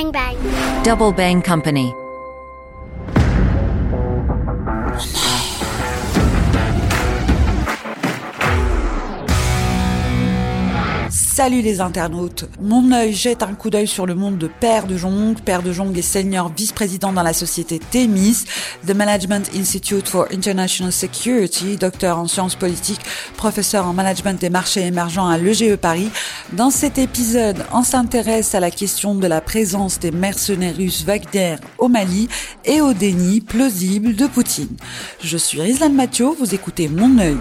Bang Bang. Double Bang Company. Salut les internautes, mon œil jette un coup d'œil sur le monde de Père de Jong. Père de Jong est senior vice-président dans la société Themis, The Management Institute for International Security, docteur en sciences politiques, professeur en management des marchés émergents à l'EGE Paris. Dans cet épisode, on s'intéresse à la question de la présence des mercenaires russes Wagner au Mali et au déni plausible de Poutine. Je suis Rizlan Mathieu, vous écoutez Mon œil.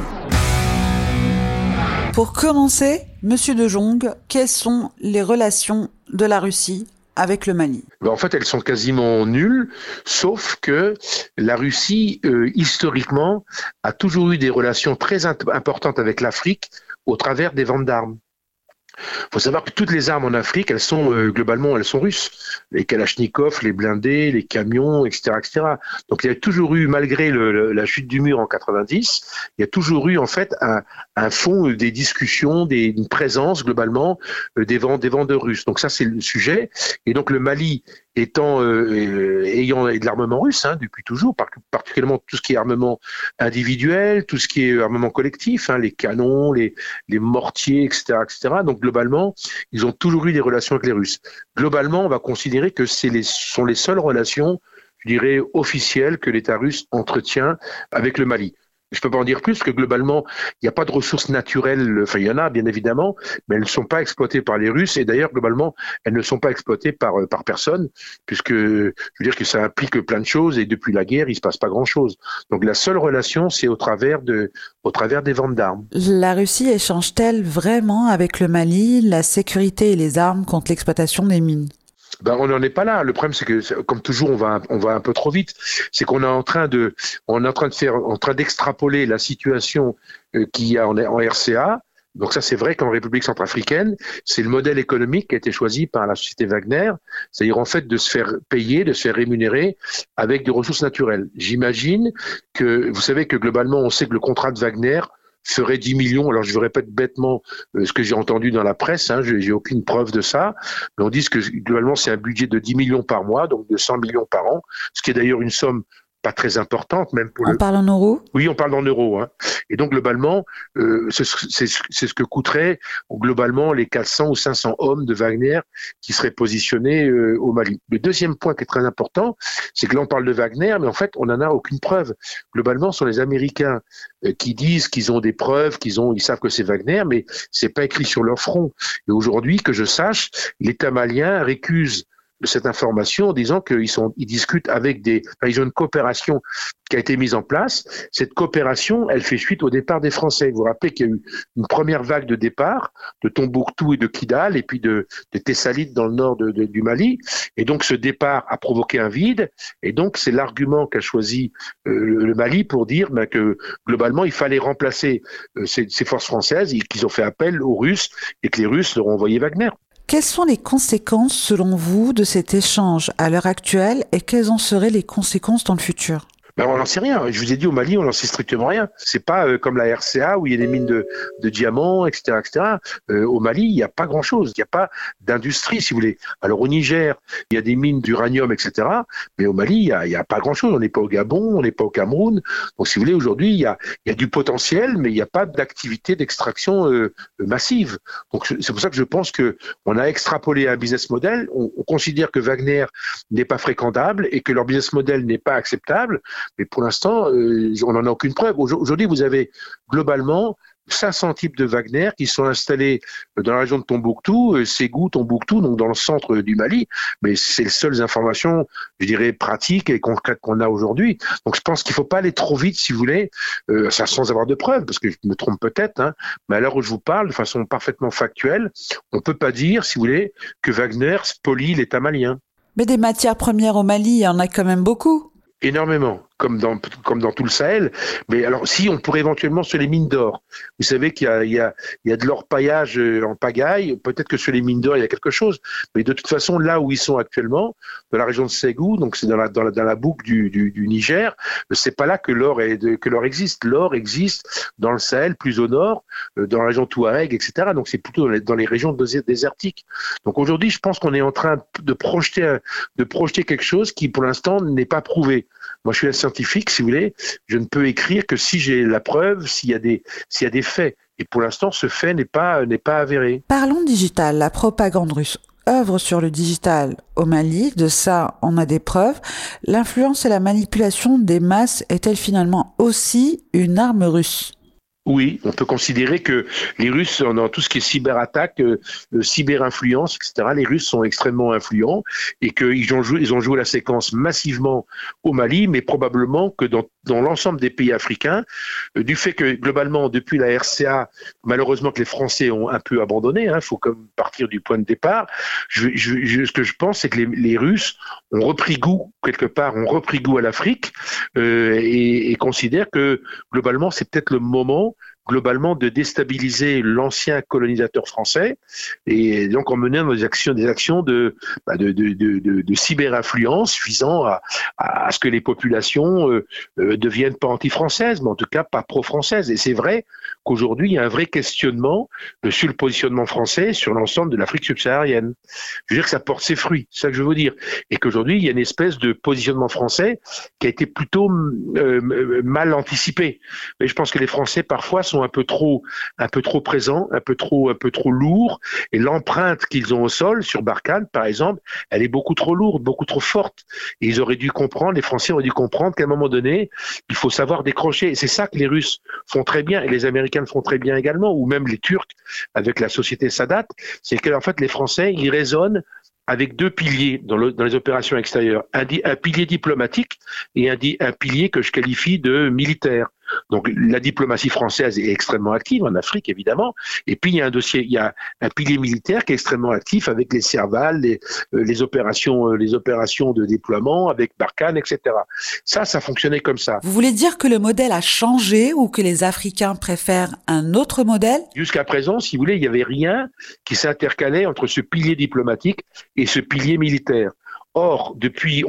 Pour commencer, Monsieur de Jong, quelles sont les relations de la Russie avec le Mali ? En fait, elles sont quasiment nulles, sauf que la Russie, historiquement, a toujours eu des relations très importantes avec l'Afrique au travers des ventes d'armes. Il faut savoir que toutes les armes en Afrique, elles sont globalement, elles sont russes. Les Kalachnikov, les blindés, les camions, etc., etc. Donc il y a toujours eu, malgré la chute du mur en 90, il y a toujours eu en fait un fond des discussions, une présence globalement des vendeurs russes. Donc ça c'est le sujet. Et donc le Mali ayant de l'armement russe depuis toujours, particulièrement tout ce qui est armement individuel, tout ce qui est armement collectif, les canons, les mortiers, etc., etc. Donc globalement, ils ont toujours eu des relations avec les Russes. Globalement, on va considérer que sont les seules relations, je dirais, officielles que l'État russe entretient avec le Mali. Je ne peux pas en dire plus, parce que globalement, il n'y a pas de ressources naturelles. Enfin, il y en a, bien évidemment, mais elles ne sont pas exploitées par les Russes. Et d'ailleurs, globalement, elles ne sont pas exploitées par personne, puisque je veux dire que ça implique plein de choses. Et depuis la guerre, il ne se passe pas grand-chose. Donc la seule relation, c'est au travers des ventes d'armes. La Russie échange-t-elle vraiment avec le Mali la sécurité et les armes contre l'exploitation des mines ? On n'en est pas là. Le problème, c'est que, comme toujours, on va un peu trop vite. C'est qu'on est en train d'extrapoler la situation qu'il y a en RCA. Donc ça, c'est vrai qu'en République centrafricaine, c'est le modèle économique qui a été choisi par la société Wagner, c'est-à-dire en fait de se faire payer, de se faire rémunérer avec des ressources naturelles. J'imagine que, vous savez que globalement, on sait que le contrat de Wagner ferait 10 millions. Alors, je vous répète bêtement ce que j'ai entendu dans la presse, j'ai aucune preuve de ça, mais on dit que globalement, c'est un budget de 10 millions par mois, donc de 100 millions par an, ce qui est d'ailleurs une somme pas très importante, même pour On parle en euros ? Oui, on parle en euros. Et donc, globalement, c'est ce que coûteraient globalement les 400 ou 500 hommes de Wagner qui seraient positionnés au Mali. Le deuxième point qui est très important, c'est que là, on parle de Wagner, mais en fait, on n'en a aucune preuve. Globalement, ce sont les Américains qui disent qu'ils ont des preuves, ils savent que c'est Wagner, mais c'est pas écrit sur leur front. Et aujourd'hui, que je sache, l'État malien récuse de cette information en disant qu'ils discutent avec ils ont une coopération qui a été mise en place. Cette coopération, elle fait suite au départ des Français. Vous vous rappelez qu'il y a eu une première vague de départ de Tombouctou et de Kidal et puis de Tessalit dans le nord du Mali. Et donc ce départ a provoqué un vide. Et donc c'est l'argument qu'a choisi le Mali pour dire que globalement il fallait remplacer ces forces françaises et qu'ils ont fait appel aux Russes et que les Russes leur ont envoyé Wagner. Quelles sont les conséquences, selon vous, de cet échange à l'heure actuelle et quelles en seraient les conséquences dans le futur ? On n'en sait rien. Je vous ai dit, au Mali, on n'en sait strictement rien. C'est pas comme la RCA où il y a des mines de diamants, etc., etc. Au Mali, il n'y a pas grand-chose. Il n'y a pas d'industrie, si vous voulez. Alors au Niger, il y a des mines d'uranium, etc. Mais au Mali, il n'y a pas grand-chose. On n'est pas au Gabon, on n'est pas au Cameroun. Donc si vous voulez, aujourd'hui, il y a du potentiel, mais il n'y a pas d'activité d'extraction massive. Donc c'est pour ça que je pense que on a extrapolé un business model. On considère que Wagner n'est pas fréquentable et que leur business model n'est pas acceptable. Mais pour l'instant, on n'en a aucune preuve. Aujourd'hui, vous avez globalement 500 types de Wagner qui sont installés dans la région de Tombouctou, Ségou, Tombouctou, donc dans le centre du Mali. Mais c'est les seules informations, je dirais, pratiques et concrètes qu'on a aujourd'hui. Donc je pense qu'il ne faut pas aller trop vite, si vous voulez, ça sans avoir de preuves, parce que je me trompe peut-être, mais à l'heure où je vous parle, de façon parfaitement factuelle, on ne peut pas dire, si vous voulez, que Wagner spolie l'État malien. Mais des matières premières au Mali, il y en a quand même beaucoup. Énormément. comme dans tout le Sahel. Mais alors, si on pourrait éventuellement sur les mines d'or, vous savez qu'il y a de l'orpaillage en pagaille, peut-être que sur les mines d'or, il y a quelque chose. Mais de toute façon, là où ils sont actuellement, dans la région de Ségou, donc c'est dans la boucle du Niger, c'est pas là que l'or existe. L'or existe dans le Sahel, plus au nord, dans la région Touareg, etc. Donc c'est plutôt dans les régions désertiques. Donc aujourd'hui, je pense qu'on est en train de projeter quelque chose qui, pour l'instant, n'est pas prouvé. Moi, je suis un scientifique, si vous voulez. Je ne peux écrire que si j'ai la preuve, s'il y a des faits. Et pour l'instant, ce fait n'est pas avéré. Parlons digital. La propagande russe œuvre sur le digital au Mali. De ça, on a des preuves. L'influence et la manipulation des masses est-elle finalement aussi une arme russe ? Oui, on peut considérer que les Russes, dans tout ce qui est cyberattaque, cyberinfluence, etc., les Russes sont extrêmement influents et qu'ils ont joué la séquence massivement au Mali, mais probablement que dans l'ensemble des pays africains, du fait que globalement, depuis la RCA, malheureusement que les Français ont un peu abandonné, faut comme partir du point de départ, ce que je pense, c'est que les Russes ont repris goût, quelque part, à l'Afrique et considèrent que globalement, c'est peut-être le moment globalement de déstabiliser l'ancien colonisateur français et donc en menant des actions de cyberinfluence visant à ce que les populations deviennent pas anti-françaises, mais en tout cas pas pro-françaises. Et c'est vrai qu'aujourd'hui, il y a un vrai questionnement sur le positionnement français sur l'ensemble de l'Afrique subsaharienne. Je veux dire que ça porte ses fruits, c'est ça que je veux dire. Et qu'aujourd'hui, il y a une espèce de positionnement français qui a été plutôt mal anticipé. Mais je pense que les Français, parfois, sont un peu trop présents, un peu trop lourds, et l'empreinte qu'ils ont au sol, sur Barkhane, par exemple, elle est beaucoup trop lourde, beaucoup trop forte. Et les Français auraient dû comprendre qu'à un moment donné, il faut savoir décrocher. Et c'est ça que les Russes font très bien, et les Américains le font très bien également, ou même les Turcs avec la société Sadat, c'est qu'en fait, les Français, ils raisonnent avec deux piliers dans les opérations extérieures. Un pilier diplomatique et un pilier que je qualifie de militaire. Donc la diplomatie française est extrêmement active en Afrique, évidemment. Et puis il y a un pilier militaire qui est extrêmement actif avec les Serval, les opérations de déploiement avec Barkhane, etc. Ça fonctionnait comme ça. Vous voulez dire que le modèle a changé ou que les Africains préfèrent un autre modèle ? Jusqu'à présent, si vous voulez, il n'y avait rien qui s'intercalait entre ce pilier diplomatique et ce pilier militaire. Or, depuis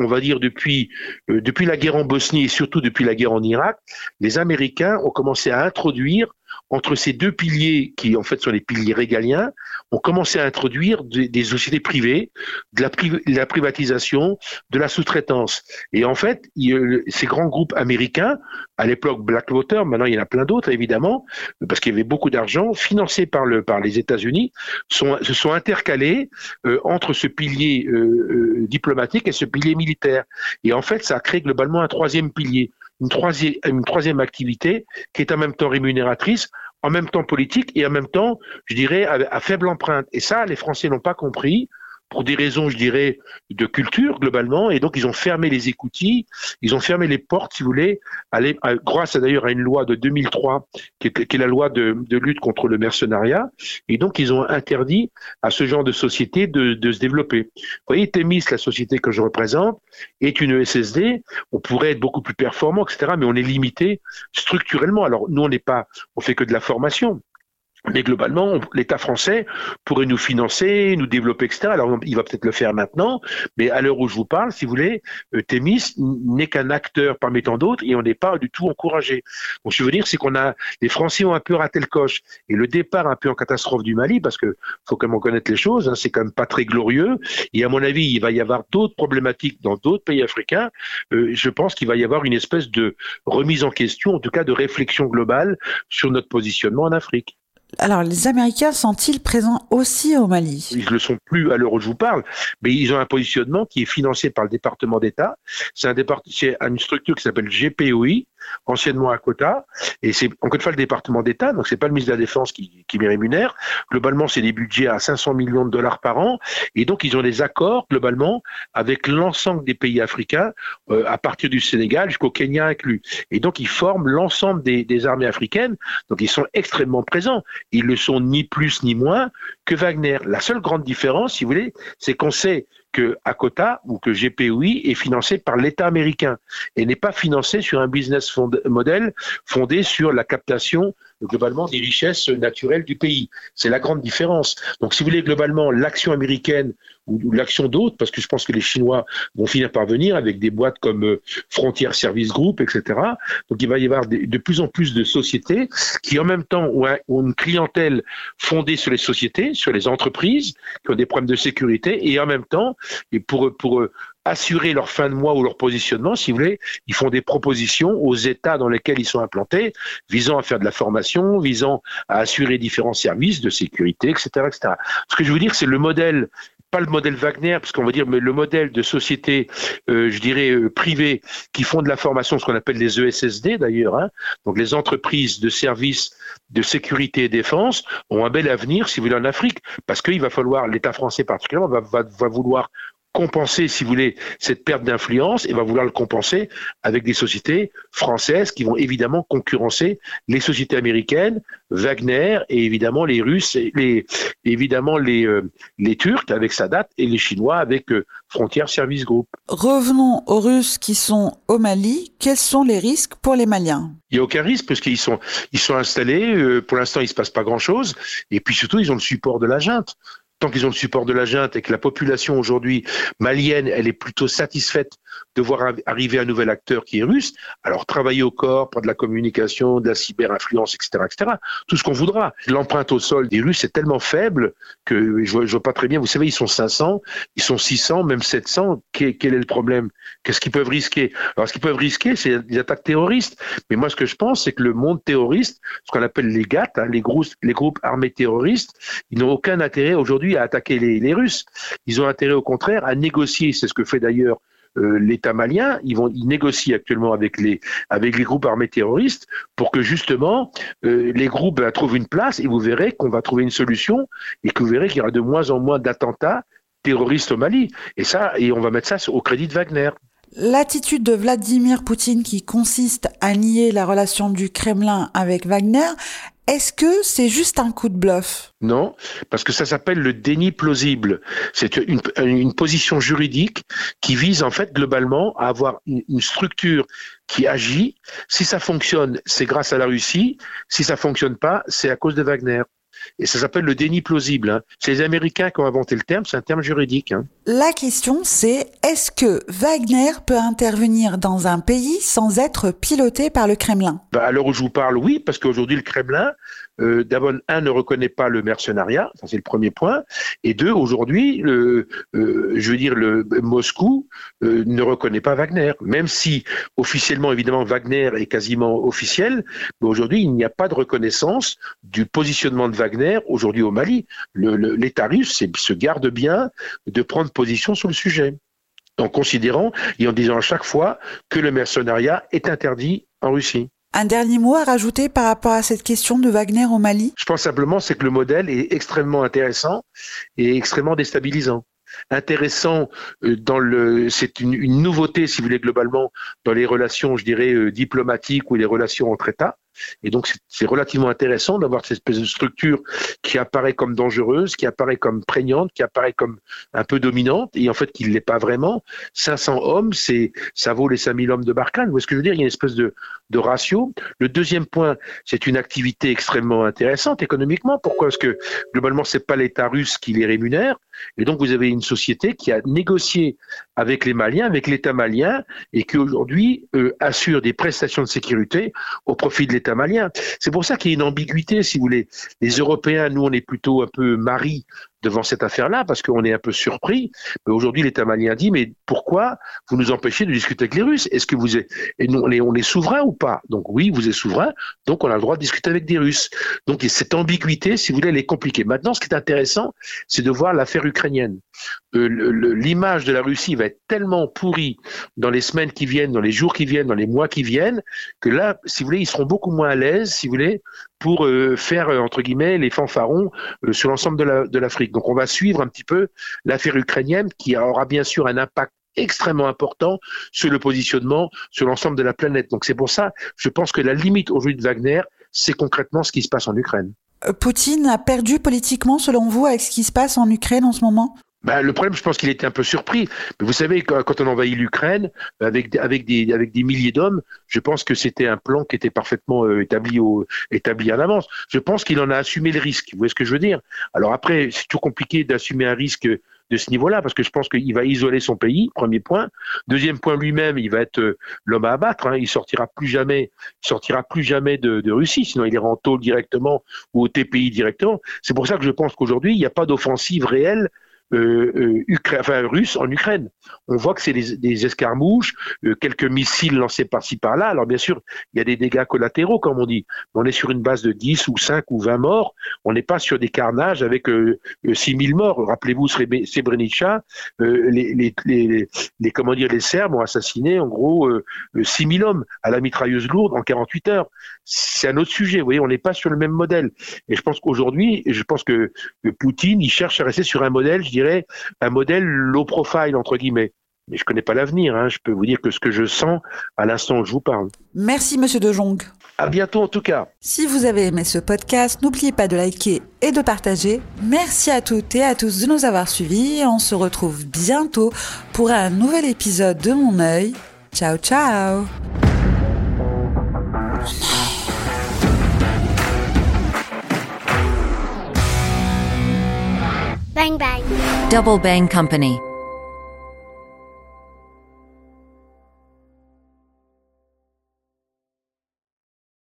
la guerre en Bosnie et surtout depuis la guerre en Irak, les Américains ont commencé à introduire entre ces deux piliers, qui en fait sont les piliers régaliens, ont commencé à introduire des sociétés privées, de la privatisation, de la sous-traitance. Et en fait, ces grands groupes américains, à l'époque Blackwater, maintenant il y en a plein d'autres évidemment, parce qu'il y avait beaucoup d'argent, financés par les États-Unis, se sont intercalés entre ce pilier diplomatique et ce pilier militaire. Et en fait, ça a créé globalement un troisième pilier. Une troisième activité qui est en même temps rémunératrice, en même temps politique et en même temps, je dirais, à faible empreinte. Et ça, les Français n'ont pas compris pour des raisons, je dirais, de culture globalement, et donc ils ont fermé les écoutilles, ils ont fermé les portes, si vous voulez, grâce d'ailleurs à une loi de 2003, qui est la loi de lutte contre le mercenariat, et donc ils ont interdit à ce genre de société de se développer. Vous voyez, Thémis, la société que je représente, est une ESSD, on pourrait être beaucoup plus performant, etc., mais on est limité structurellement. Alors nous, on fait que de la formation. Mais globalement, l'État français pourrait nous financer, nous développer, etc. Alors, il va peut-être le faire maintenant, mais à l'heure où je vous parle, si vous voulez, Thémis n'est qu'un acteur parmi tant d'autres et on n'est pas du tout encouragé. Donc, je veux dire, c'est les Français ont un peu raté le coche. Et le départ un peu en catastrophe du Mali, parce que faut quand même connaître les choses, c'est quand même pas très glorieux. Et à mon avis, il va y avoir d'autres problématiques dans d'autres pays africains. Je pense qu'il va y avoir une espèce de remise en question, en tout cas de réflexion globale sur notre positionnement en Afrique. Alors, les Américains sont-ils présents aussi au Mali ? Ils ne le sont plus à l'heure où je vous parle, mais ils ont un positionnement qui est financé par le département d'État. C'est une structure qui s'appelle GPOI, anciennement ACOTA, et c'est encore une fois le département d'État, donc c'est pas le ministre de la Défense qui les rémunère. Globalement, c'est des budgets à 500 millions de dollars par an, et donc ils ont des accords globalement avec l'ensemble des pays africains, à partir du Sénégal jusqu'au Kenya inclus. Et donc ils forment l'ensemble des armées africaines, donc ils sont extrêmement présents. Ils le sont ni plus ni moins que Wagner. La seule grande différence, si vous voulez, c'est qu'on sait que Akota ou que GPOI est financé par l'État américain et n'est pas financé sur un business model fondé sur la captation globalement des richesses naturelles du pays. C'est la grande différence. Donc si vous voulez globalement l'action américaine ou l'action d'autres, parce que je pense que les Chinois vont finir par venir avec des boîtes comme Frontier Service Group, etc. Donc il va y avoir de plus en plus de sociétés qui en même temps ont une clientèle fondée sur les sociétés, sur les entreprises qui ont des problèmes de sécurité et en même temps, et pour assurer leur fin de mois ou leur positionnement, si vous voulez, ils font des propositions aux États dans lesquels ils sont implantés, visant à faire de la formation, visant à assurer différents services de sécurité, etc., etc. Ce que je veux dire, c'est le modèle, pas le modèle Wagner, parce qu'on va dire, mais le modèle de sociétés, je dirais, privées, qui font de la formation, ce qu'on appelle les ESSD d'ailleurs, hein, donc les entreprises de services de sécurité et défense, ont un bel avenir, si vous voulez, en Afrique, parce qu'il va falloir, l'État français particulièrement, va vouloir compenser, si vous voulez, cette perte d'influence et va vouloir le compenser avec des sociétés françaises qui vont évidemment concurrencer les sociétés américaines, Wagner et évidemment les Russes, évidemment les Turcs avec Sadat et les Chinois avec Frontier Service Group. Revenons aux Russes qui sont au Mali. Quels sont les risques pour les Maliens ? Il n'y a aucun risque parce qu'ils sont installés. Pour l'instant, il ne se passe pas grand-chose. Et puis surtout, ils ont le support de la junte. Tant qu'ils ont le support de la junte et que la population aujourd'hui malienne, elle est plutôt satisfaite de voir arriver un nouvel acteur qui est russe, alors travailler au corps, pour de la communication, de la cyber-influence, etc., etc., tout ce qu'on voudra. L'empreinte au sol des Russes est tellement faible que je vois pas très bien, vous savez, ils sont 500, ils sont 600, même 700, quel est le problème ? Qu'est-ce qu'ils peuvent risquer ? Alors, ce qu'ils peuvent risquer, c'est des attaques terroristes. Mais moi, ce que je pense, c'est que le monde terroriste, ce qu'on appelle les GATT, hein, les groupes armés terroristes, ils n'ont aucun intérêt aujourd'hui à attaquer les Russes. Ils ont intérêt, au contraire, à négocier. C'est ce que fait d'ailleurs l'État malien. Ils négocient actuellement avec les groupes armés terroristes pour que justement les groupes trouvent une place et vous verrez qu'on va trouver une solution et que vous verrez qu'il y aura de moins en moins d'attentats terroristes au Mali. Et on va mettre ça au crédit de Wagner. L'attitude de Vladimir Poutine qui consiste à nier la relation du Kremlin avec Wagner, est-ce que c'est juste un coup de bluff ? Non, parce que ça s'appelle le déni plausible. C'est une position juridique qui vise en fait globalement à avoir une structure qui agit. Si ça fonctionne, c'est grâce à la Russie. Si ça fonctionne pas, c'est à cause de Wagner. Et ça s'appelle le déni plausible. Hein. C'est les Américains qui ont inventé le terme, c'est un terme juridique. Hein. La question, c'est est-ce que Wagner peut intervenir dans un pays sans être piloté par le Kremlin ? À l'heure où je vous parle, oui, parce qu'aujourd'hui, le Kremlin, d'abord, ne reconnaît pas le mercenariat, ça c'est le premier point, et deux, aujourd'hui, Moscou ne reconnaît pas Wagner, même si officiellement, évidemment, Wagner est quasiment officiel, mais aujourd'hui, il n'y a pas de reconnaissance du positionnement de Wagner aujourd'hui au Mali. L'État russe se garde bien de prendre position sur le sujet, en considérant et en disant à chaque fois que le mercenariat est interdit en Russie. Un dernier mot à rajouter par rapport à cette question de Wagner au Mali ? Je pense simplement c'est que le modèle est extrêmement intéressant et extrêmement déstabilisant. Intéressant c'est une nouveauté, si vous voulez, globalement, dans les relations, je dirais, diplomatiques ou les relations entre États. Et donc, c'est relativement intéressant d'avoir cette espèce de structure qui apparaît comme dangereuse, qui apparaît comme prégnante, qui apparaît comme un peu dominante, et en fait, qui ne l'est pas vraiment. 500 hommes, ça vaut les 5000 hommes de Barkhane. Vous voyez ce que je veux dire ? Il y a une espèce de ratio. Le deuxième point, c'est une activité extrêmement intéressante économiquement. Pourquoi ? Parce que, globalement, c'est pas l'État russe qui les rémunère. Et donc, vous avez une société qui a négocié avec les Maliens, avec l'État malien, et qui aujourd'hui assure des prestations de sécurité au profit de l'État malien. C'est pour ça qu'il y a une ambiguïté, si vous voulez. Les Européens, nous, on est plutôt un peu maris devant cette affaire-là, parce qu'on est un peu surpris. Mais aujourd'hui, l'État malien dit, mais pourquoi vous nous empêchez de discuter avec les Russes ? Est-ce que on est souverain ou pas ? Donc oui, vous êtes souverain, donc on a le droit de discuter avec des Russes. Donc cette ambiguïté, si vous voulez, elle est compliquée. Maintenant, ce qui est intéressant, c'est de voir l'affaire ukrainienne. L'image de la Russie va être tellement pourrie dans les semaines qui viennent, dans les jours qui viennent, dans les mois qui viennent, que là, si vous voulez, ils seront beaucoup moins à l'aise, si vous voulez, pour faire, entre guillemets, les fanfarons sur l'ensemble de l'Afrique. Donc on va suivre un petit peu l'affaire ukrainienne qui aura bien sûr un impact extrêmement important sur le positionnement sur l'ensemble de la planète. Donc c'est pour ça, je pense que la limite aujourd'hui de Wagner, c'est concrètement ce qui se passe en Ukraine. Poutine a perdu politiquement, selon vous, avec ce qui se passe en Ukraine en ce moment ? Le problème, je pense qu'il était un peu surpris. Mais vous savez, quand on envahit l'Ukraine avec des milliers d'hommes, je pense que c'était un plan qui était parfaitement établi en avance. Je pense qu'il en a assumé le risque. Vous voyez ce que je veux dire? Alors après, c'est toujours compliqué d'assumer un risque de ce niveau-là, parce que je pense qu'il va isoler son pays, premier point. Deuxième point, lui-même, il va être l'homme à abattre. Hein. Il sortira plus jamais de Russie, sinon il ira en tôle directement ou au TPI directement. C'est pour ça que je pense qu'aujourd'hui, il n'y a pas d'offensive réelle russe en Ukraine. On voit que c'est des escarmouches, quelques missiles lancés par-ci par-là. Alors bien sûr, il y a des dégâts collatéraux, comme on dit. On est sur une base de 10 ou 5 ou 20 morts. On n'est pas sur des carnages avec 6000 morts. Rappelez-vous Srebrenica, les Serbes ont assassiné en gros 6000 hommes à la mitrailleuse lourde en 48 heures. C'est un autre sujet. Vous voyez, on n'est pas sur le même modèle. Et je pense que Poutine, il cherche à rester sur un modèle, je dirais, un modèle low profile, entre guillemets. Mais je connais pas l'avenir, hein. Je peux vous dire que ce que je sens à l'instant où je vous parle. Merci, Monsieur De Jong. À bientôt, en tout cas. Si vous avez aimé ce podcast, n'oubliez pas de liker et de partager. Merci à toutes et à tous de nous avoir suivis. On se retrouve bientôt pour un nouvel épisode de Mon œil. Ciao, ciao. Double Bang Company.